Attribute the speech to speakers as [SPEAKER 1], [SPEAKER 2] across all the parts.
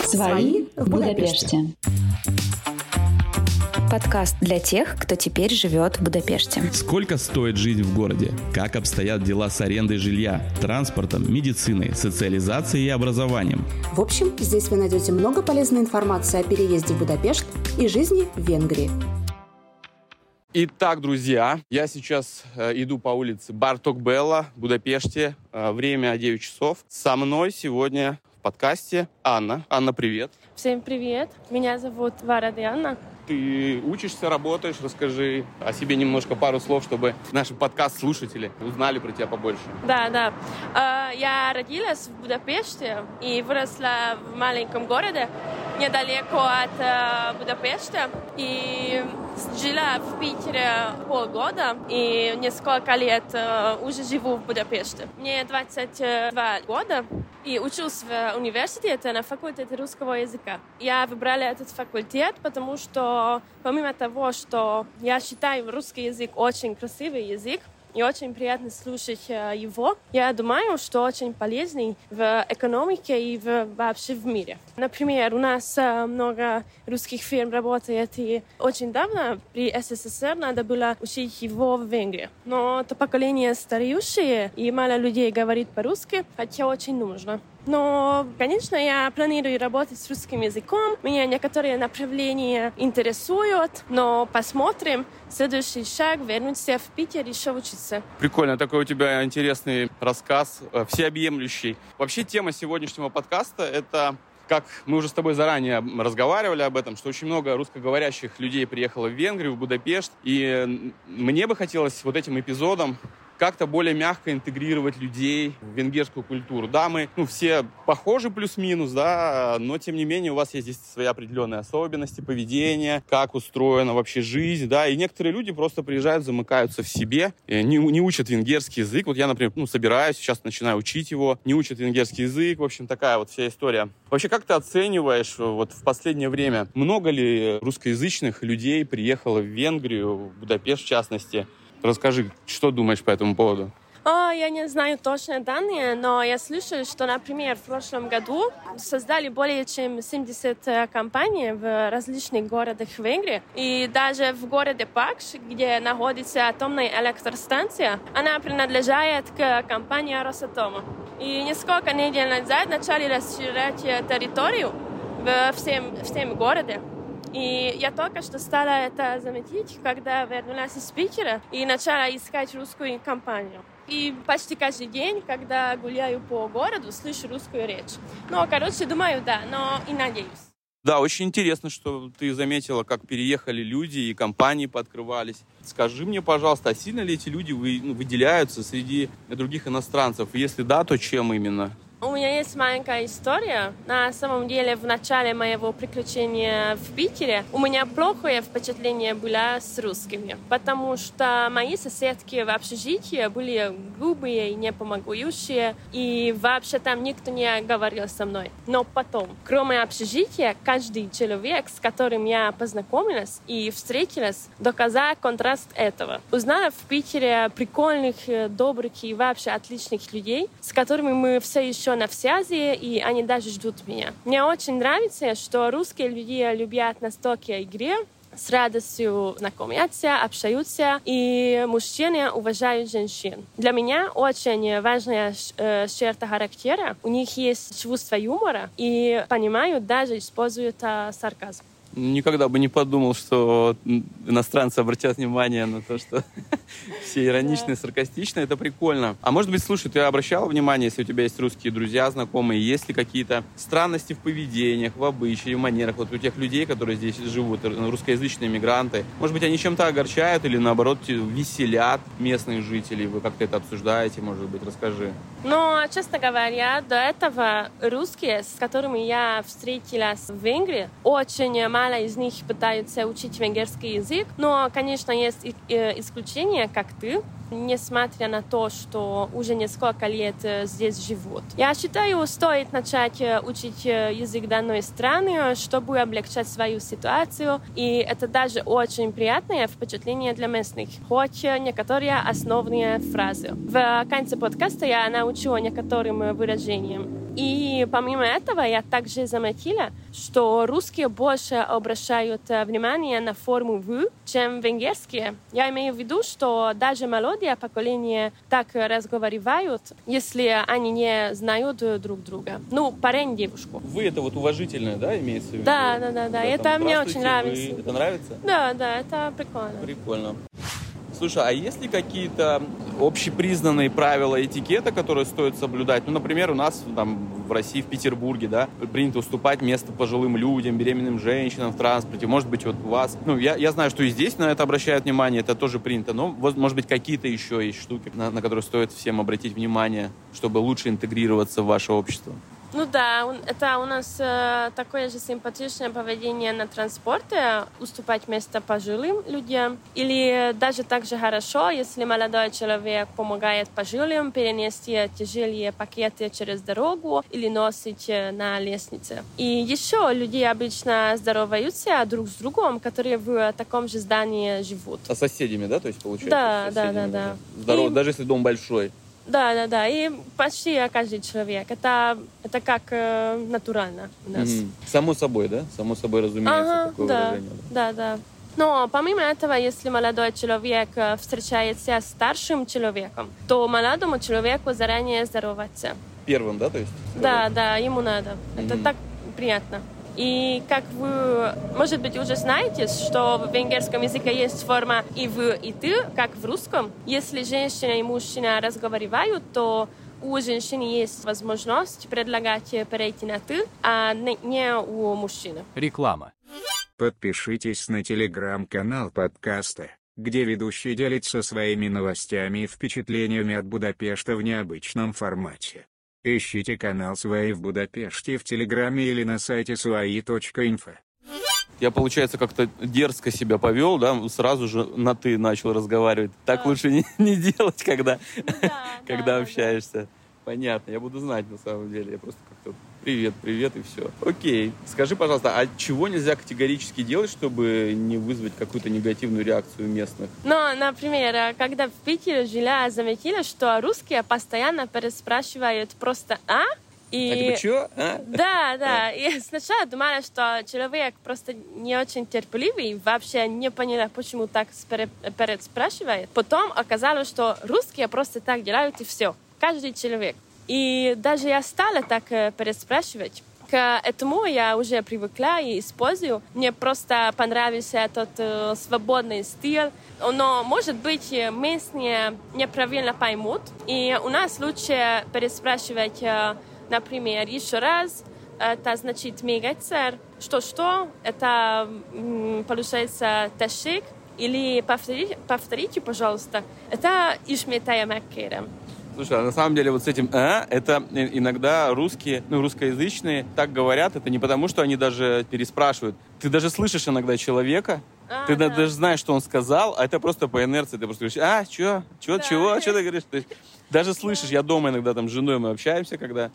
[SPEAKER 1] Свои в Будапеште. Подкаст для тех, кто теперь живет в Будапеште.
[SPEAKER 2] Сколько стоит жизнь в городе? Как обстоят дела с арендой жилья, транспортом, медициной, социализацией и образованием?
[SPEAKER 3] В общем, здесь вы найдете много полезной информации о переезде в Будапешт и жизни в Венгрии.
[SPEAKER 4] Итак, друзья, я сейчас иду по улице Барток Белла в Будапеште. Время 9 часов. Со мной сегодня в подкасте Анна. Анна, привет.
[SPEAKER 5] Всем привет. Меня зовут Вара Диана.
[SPEAKER 4] Ты учишься, работаешь? Расскажи о себе немножко, пару слов, чтобы наши подкаст-слушатели узнали про тебя побольше.
[SPEAKER 5] Да. Я родилась в Будапеште и выросла в маленьком городе недалеко от Будапешта. И жила в Питере полгода и несколько лет уже живу в Будапеште. Мне 22 года и учусь в университете на факультете русского языка. Я выбрала этот факультет, потому что помимо того, что я считаю русский язык очень красивый язык, и очень приятно слушать его. Я думаю, что очень полезный в экономике и вообще в мире. Например, у нас много русских фирм работает, и очень давно при СССР надо было учить его в Венгрии. Но то поколение стареющее, и мало людей говорит по-русски, хотя очень нужно. Но, конечно, я планирую работать с русским языком. Меня некоторые направления интересуют, но посмотрим. Следующий шаг — вернуться в Питер и еще учиться.
[SPEAKER 4] Прикольно, такой у тебя интересный рассказ, всеобъемлющий. Вообще тема сегодняшнего подкаста — это, как мы уже с тобой заранее разговаривали об этом, что очень много русскоговорящих людей приехало в Венгрию, в Будапешт. И мне бы хотелось вот этим эпизодом как-то более мягко интегрировать людей в венгерскую культуру. Да, мы все похожи плюс-минус, да, но тем не менее у вас есть здесь свои определенные особенности поведения, как устроена вообще жизнь, да, и некоторые люди просто приезжают, замыкаются в себе, не учат венгерский язык. Вот я, например, собираюсь, сейчас начинаю учить его, не учат венгерский язык, в общем, такая вот вся история. Вообще, как ты оцениваешь вот в последнее время, много ли русскоязычных людей приехало в Венгрию, в Будапешт в частности? Расскажи, что думаешь по этому поводу?
[SPEAKER 5] Я не знаю точные данные, но я слышала, что, например, в прошлом году создали более чем 70 компаний в различных городах Венгрии. И даже в городе Пакш, где находится атомная электростанция, она принадлежит к компании Росатома. И несколько недель назад начали расширять территорию в всем городе. И я только что стала это заметить, когда вернулась из Питера и начала искать русскую компанию. И почти каждый день, когда гуляю по городу, слышу русскую речь. Думаю, да, но и надеюсь.
[SPEAKER 4] Да, очень интересно, что ты заметила, как переехали люди и компании пооткрывались. Скажи мне, пожалуйста, а сильно ли эти люди выделяются среди других иностранцев? Если да, то чем именно?
[SPEAKER 5] У меня есть маленькая история. На самом деле, в начале моего приключения в Питере у меня плохое впечатление было с русскими, потому что мои соседки в общежитии были грубые и непомогающие, и вообще там никто не говорил со мной. Но потом, кроме общежития, каждый человек, с которым я познакомилась и встретилась, доказал контраст этого. Узнала в Питере прикольных, добрых и вообще отличных людей, с которыми мы все еще на связи, и они даже ждут меня. Мне очень нравится, что русские люди любят настолько игре, с радостью знакомятся, общаются, и мужчины уважают женщин. Для меня очень важная черта характера. У них есть чувство юмора и понимают, даже используют сарказм.
[SPEAKER 4] Никогда бы не подумал, что иностранцы обратят внимание на то, что все ироничные, саркастичные. Это прикольно. А может быть, слушай, ты обращала внимание, если у тебя есть русские друзья, знакомые, есть ли какие-то странности в поведениях, в обычаях, в манерах вот у тех людей, которые здесь живут, русскоязычные мигранты? Может быть, они чем-то огорчают или, наоборот, веселят местных жителей? Вы как-то это обсуждаете, может быть? Расскажи.
[SPEAKER 5] Честно говоря, до этого русские, с которыми я встретилась в Венгрии, очень мало из них пытаются учить венгерский язык. Но, конечно, есть исключения, как ты, несмотря на то, что уже несколько лет здесь живут. Я считаю, стоит начать учить язык данной страны, чтобы облегчать свою ситуацию. И это даже очень приятное впечатление для местных, хоть некоторые основные фразы. В конце подкаста я научу некоторым выражениям. И помимо этого я также заметила, что русские больше обращают внимание на форму «вы», чем венгерские. Я имею в виду, что даже молодое поколение так разговаривают, если они не знают друг друга. Ну, парень, девушку.
[SPEAKER 4] Вы это вот уважительное, да, имеется в виду?
[SPEAKER 5] Да. Это мне очень нравится.
[SPEAKER 4] Это нравится?
[SPEAKER 5] Да, это прикольно.
[SPEAKER 4] Прикольно. Слушай, а есть ли какие-то общепризнанные правила этикета, которые стоит соблюдать? Ну, например, у нас там в России, в Петербурге, да, принято уступать место пожилым людям, беременным женщинам в транспорте. Может быть, вот у вас... Ну, я знаю, что и здесь на это обращают внимание, это тоже принято. Но, может быть, какие-то еще есть штуки, на которые стоит всем обратить внимание, чтобы лучше интегрироваться в ваше общество?
[SPEAKER 5] Ну да, это у нас такое же симпатичное поведение на транспорте, уступать место пожилым людям. Или даже так же хорошо, если молодой человек помогает пожилым перенести тяжелые пакеты через дорогу или носить на лестнице. И еще люди обычно здороваются друг с другом, которые в таком же здании живут.
[SPEAKER 4] А с соседями, да, то есть получается?
[SPEAKER 5] Да.
[SPEAKER 4] Здорово, даже если дом большой.
[SPEAKER 5] Да, и почти каждый человек. Это как натурально у нас.
[SPEAKER 4] Само собой, да? Само собой разумеется, такое выражение.
[SPEAKER 5] Да. Но помимо этого, если молодой человек встречается с старшим человеком, то молодому человеку заранее здороваться.
[SPEAKER 4] Первым, да, то есть?
[SPEAKER 5] Да, ему надо. Это так приятно. И как вы, может быть, уже знаете, что в венгерском языке есть форма и вы, и ты, как в русском. Если женщина и мужчина разговаривают, то у женщины есть возможность предлагать перейти на «ты», а не у мужчины.
[SPEAKER 6] Реклама.
[SPEAKER 7] Подпишитесь на телеграм-канал подкаста, где ведущий делится своими новостями и впечатлениями от Будапешта в необычном формате. Ищите канал Сваи в Будапеште в Телеграме или на сайте swai.info.
[SPEAKER 4] Я, получается, как-то дерзко себя повел, да, сразу же на «ты» начал разговаривать. Так лучше не делать, когда общаешься. Понятно, я буду знать на самом деле. Я просто как-то привет и все. Окей. Скажи, пожалуйста, а чего нельзя категорически делать, чтобы не вызвать какую-то негативную реакцию местных?
[SPEAKER 5] Ну, например, когда в Питере жила, я заметила, что русские постоянно переспрашивают просто «а?»
[SPEAKER 4] И... чё?
[SPEAKER 5] Да. И сначала думала, что человек просто не очень терпеливый, вообще не поняла, почему так переспрашивает. Потом оказалось, что русские просто так делают и все. Каждый человек. И даже я стала так переспрашивать. К этому я уже привыкла и использую. Мне просто понравился этот свободный стиль. Но, может быть, местные неправильно поймут. И у нас лучше переспрашивать, например, еще раз. Это значит мегацер. Что? Это получается тешик. Или повторите, пожалуйста. Это ишметая маккерем.
[SPEAKER 4] Слушай, а на самом деле вот с этим это иногда русские, русскоязычные так говорят, это не потому, что они даже переспрашивают. Ты даже слышишь иногда человека, ты даже знаешь, что он сказал, а это просто по инерции. Ты просто говоришь, чего ты говоришь? То есть, даже слышишь, я дома иногда там с женой мы общаемся, когда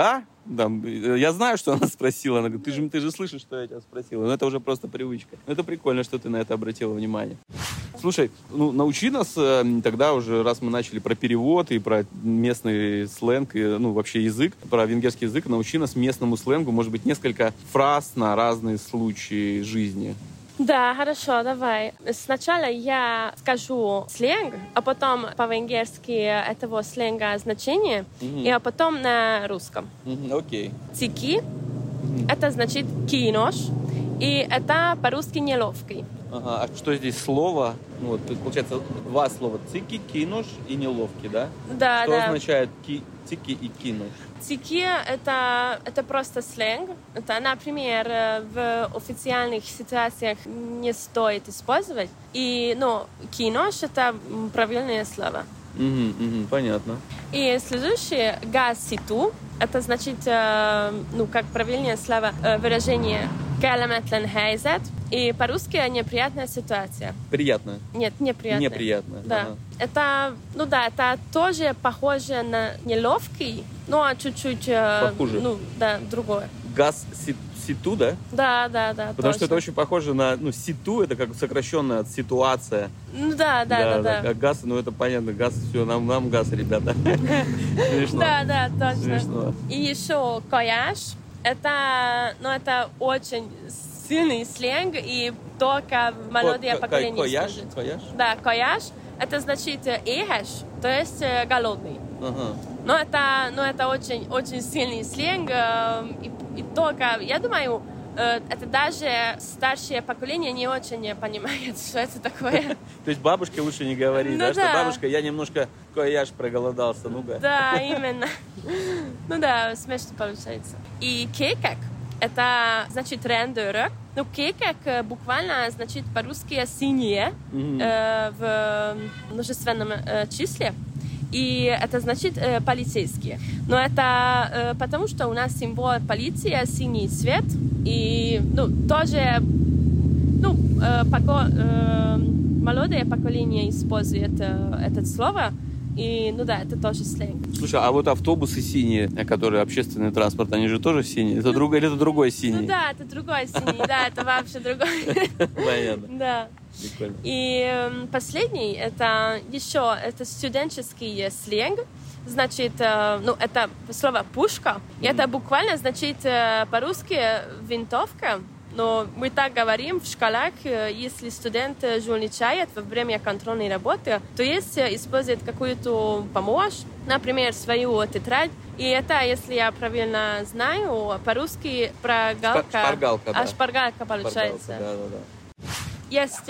[SPEAKER 4] я знаю, что она спросила. Она говорит, ты же слышишь, что я тебя спросила. Но это уже просто привычка. Но это прикольно, что ты на это обратила внимание. Слушай, научи нас тогда уже, раз мы начали про перевод и про местный сленг, и, вообще язык, про венгерский язык, научи нас местному сленгу, может быть, несколько фраз на разные случаи жизни.
[SPEAKER 5] Да, хорошо, давай. Сначала я скажу сленг, а потом по-венгерски этого сленга значение, и потом на русском.
[SPEAKER 4] Окей.
[SPEAKER 5] Цики, это значит кинош, и это по-русски неловкий.
[SPEAKER 4] Ага, а что здесь слово? Тут получается два слова. Цики, кинош и неловкий, да?
[SPEAKER 5] Да,
[SPEAKER 4] Что означает цики и кинош?
[SPEAKER 5] Цики это просто сленг. Это, например, в официальных ситуациях не стоит использовать. И, кинош это правильное слово.
[SPEAKER 4] Понятно.
[SPEAKER 5] И следующее гаситу, это значит, как правильное слово, выражение kellemetlen helyzet. И по-русски неприятная ситуация.
[SPEAKER 4] Приятная?
[SPEAKER 5] Нет, неприятная.
[SPEAKER 4] Неприятная.
[SPEAKER 5] Да. Ага. Это тоже похоже на неловкий, но чуть-чуть...
[SPEAKER 4] Похуже?
[SPEAKER 5] Другое.
[SPEAKER 4] газ ситу, да?
[SPEAKER 5] Да,
[SPEAKER 4] Потому
[SPEAKER 5] точно.
[SPEAKER 4] что это очень похоже на... ситу, это как сокращенная от ситуация.
[SPEAKER 5] Да.
[SPEAKER 4] А газ, это понятно, газ, все, нам газ, ребята. Смешно.
[SPEAKER 5] Да, точно.
[SPEAKER 4] Смешно.
[SPEAKER 5] И еще кояж. Это очень сильный сленг, и только молодое поколение использует.
[SPEAKER 4] Кояж?
[SPEAKER 5] Да, кояж. Это значит эхеш, то есть голодный.
[SPEAKER 4] Ага.
[SPEAKER 5] Но это очень, очень сильный сленг. И только, я думаю, это даже старшее поколение не очень понимает, что это такое.
[SPEAKER 4] То есть бабушке лучше не говорить, да? Что бабушка, я немножко кояж проголодался, ну-ка.
[SPEAKER 5] Да, именно. Смешно получается. И кекек, это значит рендерок. Кекек буквально значит по-русски синие в множественном числе. И это значит полицейские. Но это потому, что у нас символ полиции синий цвет. И тоже молодое поколение использует это слово. И, это тоже сленг.
[SPEAKER 4] Слушай, а вот автобусы синие, которые общественный транспорт, они же тоже синие? Это другой синий?
[SPEAKER 5] Это другой синий, это вообще другой.
[SPEAKER 4] Понятно.
[SPEAKER 5] Да.
[SPEAKER 4] Прикольно.
[SPEAKER 5] И последний, это студенческий сленг. Значит, это слово «пушка». И это буквально значит по-русски «винтовка». Но мы так говорим в школах, если студент жульничает во время контрольной работы, то есть использует какую-то помощь, например, свою тетрадь. И это, если я правильно знаю, по-русски
[SPEAKER 4] шпаргалка, да.
[SPEAKER 5] Шпаргалка получается.
[SPEAKER 4] Да.
[SPEAKER 5] Есть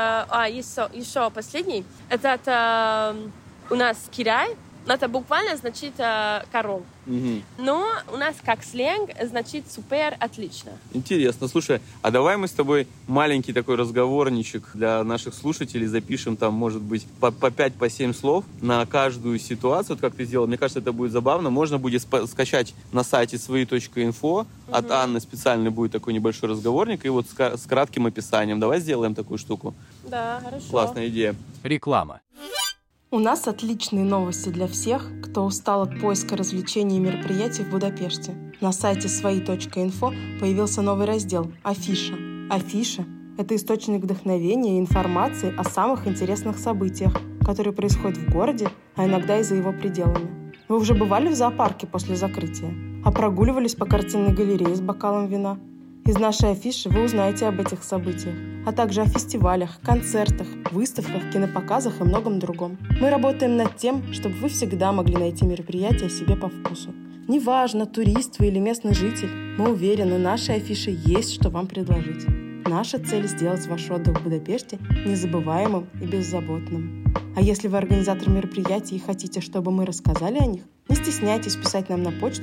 [SPEAKER 5] еще последний. Это у нас кирай. Это буквально значит коров.
[SPEAKER 4] Угу.
[SPEAKER 5] Но у нас как сленг значит супер отлично.
[SPEAKER 4] Интересно. Слушай, а давай мы с тобой маленький такой разговорничек для наших слушателей запишем там, может быть, по 5-7 слов на каждую ситуацию, вот как ты сделал. Мне кажется, это будет забавно. Можно будет скачать на сайте свои.инфо. От Анны специально будет такой небольшой разговорник и вот с кратким описанием. Давай сделаем такую штуку.
[SPEAKER 5] Да, хорошо.
[SPEAKER 4] Классная идея.
[SPEAKER 6] Реклама.
[SPEAKER 3] У нас отличные новости для всех, кто устал от поиска развлечений и мероприятий в Будапеште. На сайте свои.инфо появился новый раздел «Афиша». Афиша – это источник вдохновения и информации о самых интересных событиях, которые происходят в городе, а иногда и за его пределами. Вы уже бывали в зоопарке после закрытия? А прогуливались по картинной галерее с бокалом вина? Из нашей афиши вы узнаете об этих событиях, а также о фестивалях, концертах, выставках, кинопоказах и многом другом. Мы работаем над тем, чтобы вы всегда могли найти мероприятие себе по вкусу. Неважно, турист вы или местный житель, мы уверены, нашей афише есть что вам предложить. Наша цель – сделать ваш отдых в Будапеште незабываемым и беззаботным. А если вы организатор мероприятий и хотите, чтобы мы рассказали о них, не стесняйтесь писать нам на почту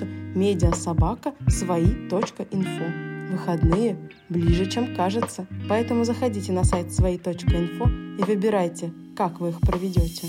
[SPEAKER 3] media@свои.info. Выходные ближе, чем кажется. Поэтому заходите на сайт свои.инфо и выбирайте, как вы их проведете.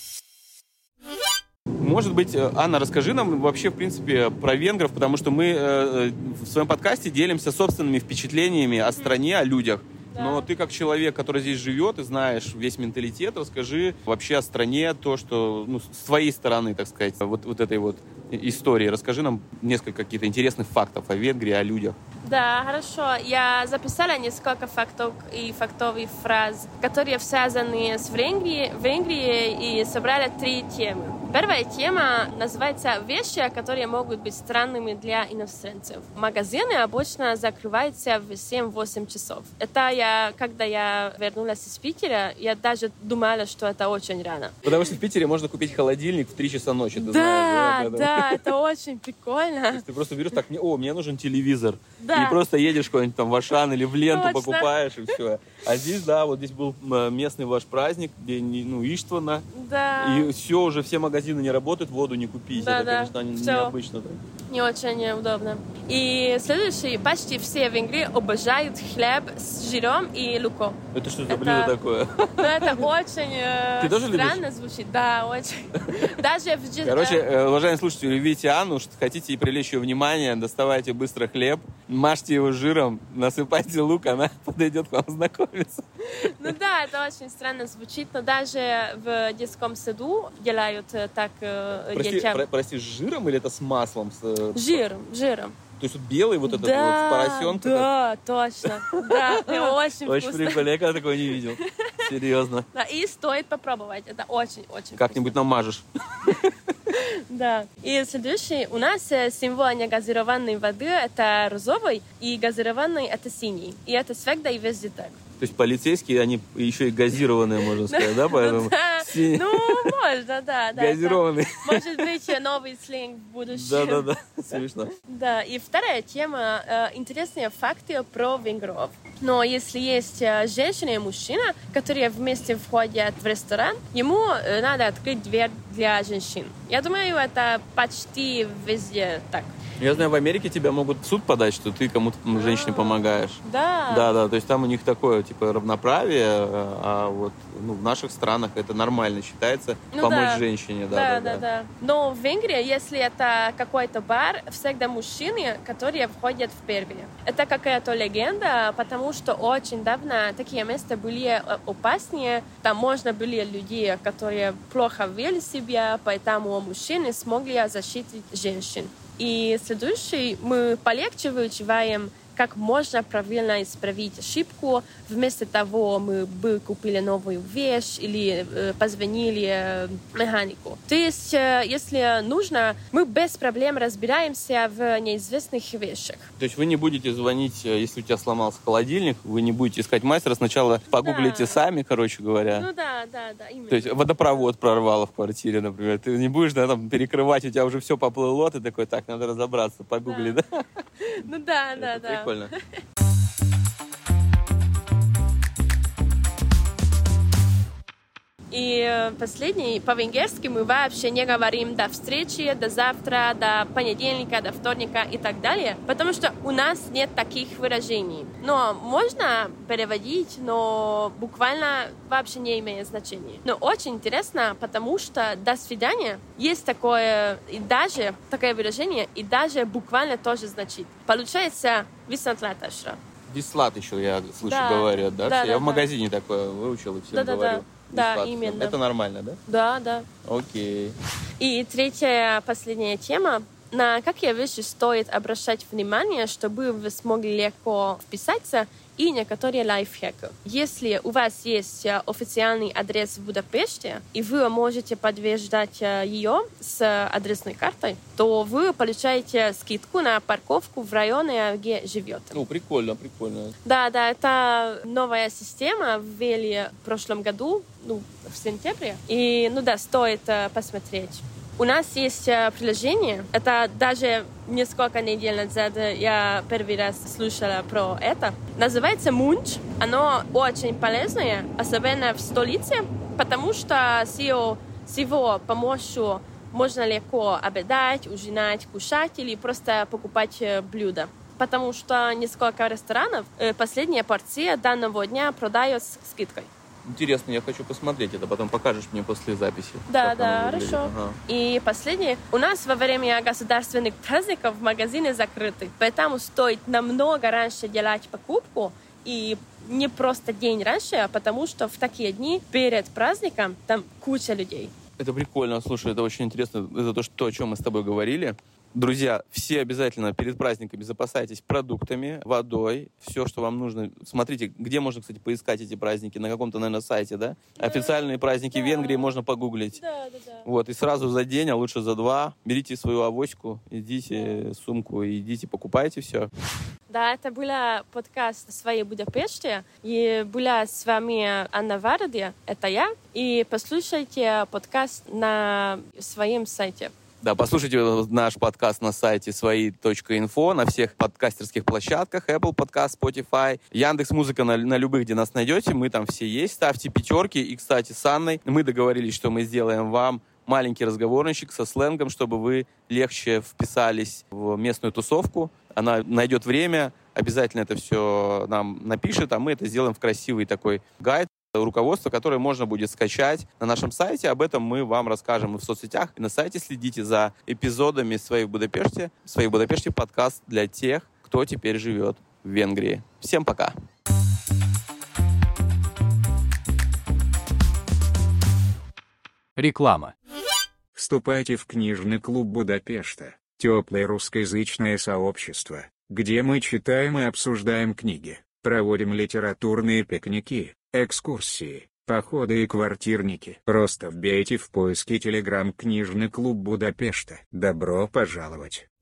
[SPEAKER 4] Может быть, Анна, расскажи нам вообще, в принципе, про венгров, потому что мы в своем подкасте делимся собственными впечатлениями о стране, о людях.
[SPEAKER 5] Да.
[SPEAKER 4] Но ты как человек, который здесь живет и знаешь весь менталитет, расскажи вообще о стране, то, что с твоей стороны, так сказать, вот этой вот истории. Расскажи нам несколько каких-то интересных фактов о Венгрии, о людях.
[SPEAKER 5] Да, хорошо. Я записала несколько фактов и фраз, которые связаны с Венгрией, и собрали 3 темы. Первая тема называется «Вещи, которые могут быть странными для иностранцев». Магазины обычно закрываются в 7-8 часов. Когда я вернулась из Питера, я даже думала, что это очень рано.
[SPEAKER 4] Потому что в Питере можно купить холодильник в 3 часа ночи, ты
[SPEAKER 5] знаешь.
[SPEAKER 4] Да,
[SPEAKER 5] да, это очень прикольно.
[SPEAKER 4] То есть ты просто берешь так, мне нужен телевизор.
[SPEAKER 5] Да.
[SPEAKER 4] И просто едешь куда-нибудь там в Ашан или в Ленту,
[SPEAKER 5] Точно.
[SPEAKER 4] Покупаешь, и все. А здесь, вот здесь был местный ваш праздник, день Иштвана.
[SPEAKER 5] Да.
[SPEAKER 4] И все магазины не работают, воду не купить.
[SPEAKER 5] Да,
[SPEAKER 4] это, конечно, необычно. Так.
[SPEAKER 5] Не очень удобно. И следующий, почти все в Венгрии обожают хлеб с жиром и луком.
[SPEAKER 4] Это что за блюдо такое?
[SPEAKER 5] Это очень
[SPEAKER 4] Ты тоже
[SPEAKER 5] странно
[SPEAKER 4] любишь?
[SPEAKER 5] звучит. Да, очень. Даже в
[SPEAKER 4] Короче, уважаемые слушатели, видите Анну, что хотите привлечь ее внимание, доставайте быстро хлеб, мажьте его жиром, насыпайте лук, она подойдет к вам знакомиться.
[SPEAKER 5] Ну да, это очень странно звучит, но даже в детском саду делают так детям.
[SPEAKER 4] Прости, с жиром или это с маслом?
[SPEAKER 5] Жиром.
[SPEAKER 4] То есть вот белый вот этот
[SPEAKER 5] да,
[SPEAKER 4] вот поросенка?
[SPEAKER 5] Да, точно. Да, очень
[SPEAKER 4] Очень
[SPEAKER 5] вкусно.
[SPEAKER 4] прикольно, я когда такого не видел. Серьезно.
[SPEAKER 5] Да, и стоит попробовать, это очень-очень
[SPEAKER 4] Как-нибудь намажешь.
[SPEAKER 5] Да. И следующий, у нас символ негазированной воды это розовый, и газированный это синий. И это всегда и везде так.
[SPEAKER 4] То есть полицейские, они еще и газированные, можно сказать, да? Поэтому
[SPEAKER 5] ну, можно, да.
[SPEAKER 4] газированные.
[SPEAKER 5] Может быть, новый сленг в будущем.
[SPEAKER 4] Да, смешно.
[SPEAKER 5] Да, и вторая тема, интересные факты про венгров. Но если есть женщина и мужчина, которые вместе входят в ресторан, ему надо открыть дверь для женщин. Я думаю, это почти везде так.
[SPEAKER 4] Я знаю, в Америке тебя могут в суд подать, что ты кому-то женщине помогаешь.
[SPEAKER 5] Да.
[SPEAKER 4] Да, то есть там у них такое, типа, равноправие, а вот в наших странах это нормально считается, помочь женщине. Да.
[SPEAKER 5] Но в Венгрии, если это какой-то бар, всегда мужчины, которые входят в первые. Это какая-то легенда, потому что очень давно такие места были опаснее. Там можно были люди, которые плохо вели себя, поэтому мужчины смогли защитить женщин. И следующий, мы полегче выучиваем, как можно правильно исправить ошибку. Вместо того мы бы купили новую вещь или позвонили механику. То есть, если нужно, мы без проблем разбираемся в неизвестных вещах.
[SPEAKER 4] То есть вы не будете звонить, если у тебя сломался холодильник, вы не будете искать мастера, сначала погуглите сами, короче говоря.
[SPEAKER 5] Ну да, именно.
[SPEAKER 4] То есть водопровод прорвало в квартире, например. Ты не будешь, там перекрывать, у тебя уже все поплыло, ты такой, так, надо разобраться, погугли, да?
[SPEAKER 5] Ну да.
[SPEAKER 4] Прикольно.
[SPEAKER 5] И последний, по-венгерски мы вообще не говорим до встречи, до завтра, до понедельника, до вторника и так далее, потому что у нас нет таких выражений. Но можно переводить, но буквально вообще не имеет значения. Но очень интересно, потому что «до свидания» есть такое, и даже такое выражение, и даже буквально тоже значит. Получается «виснатлаташа».
[SPEAKER 4] Вислат еще, я слышу, говорят, да? Я в магазине такое выучил и всем говорю.
[SPEAKER 5] Да, именно.
[SPEAKER 4] Это нормально, да?
[SPEAKER 5] Да.
[SPEAKER 4] Окей.
[SPEAKER 5] И третья, последняя тема. На какие вещи стоит обращать внимание, чтобы вы смогли легко вписаться, и некоторые лайфхаки. Если у вас есть официальный адрес в Будапеште, и вы можете подтверждать ее с адресной картой, то вы получаете скидку на парковку в районе, где живете.
[SPEAKER 4] Ну, прикольно.
[SPEAKER 5] Да, это новая система, ввели в прошлом году, в сентябре. И, стоит посмотреть. У нас есть приложение, это даже несколько недель назад я первый раз слушала про это. Называется Munch. Оно очень полезное, особенно в столице, потому что с его помощью можно легко обедать, ужинать, кушать или просто покупать блюда. Потому что несколько ресторанов последняя порция данного дня продают с скидкой.
[SPEAKER 4] Интересно, я хочу посмотреть это, потом покажешь мне после записи.
[SPEAKER 5] Да, хорошо. Ага. И последнее. У нас во время государственных праздников магазины закрыты, поэтому стоит намного раньше делать покупку, и не просто день раньше, потому что в такие дни перед праздником там куча людей.
[SPEAKER 4] Это прикольно, слушай, это очень интересно. Это то, о чем мы с тобой говорили. Друзья, все обязательно перед праздниками запасайтесь продуктами, водой, все, что вам нужно. Смотрите, где можно, кстати, поискать эти праздники, на каком-то, наверное, сайте, да? Официальные праздники Венгрии можно погуглить.
[SPEAKER 5] Да.
[SPEAKER 4] Вот, и сразу за день, а лучше за 2, берите свою авоську, идите сумку, идите, покупайте все.
[SPEAKER 5] Да, это был подкаст «Своей Будапеште», и была с вами Анна Варди, это я, и послушайте подкаст на своем сайте.
[SPEAKER 4] Да, послушайте наш подкаст на сайте свои.инфо, на всех подкастерских площадках, Apple Podcast, Spotify, Яндекс.Музыка, на любых, где нас найдете, мы там все есть. Ставьте 5. И, кстати, с Анной мы договорились, что мы сделаем вам маленький разговорничек со сленгом, чтобы вы легче вписались в местную тусовку. Она найдет время, обязательно это все нам напишет, а мы это сделаем в красивый такой гайд, руководство, которое можно будет скачать на нашем сайте. Об этом мы вам расскажем и в соцсетях, и на сайте. Следите за эпизодами «Своей в Будапеште». «Своей в Будапеште» — подкаст для тех, кто теперь живет в Венгрии. Всем пока!
[SPEAKER 6] Реклама.
[SPEAKER 7] Вступайте в книжный клуб Будапешта, теплое русскоязычное сообщество, где мы читаем и обсуждаем книги, проводим литературные пикники, экскурсии, походы и квартирники. Просто вбейте в поиске Telegram «Книжный клуб Будапешта». Добро пожаловать!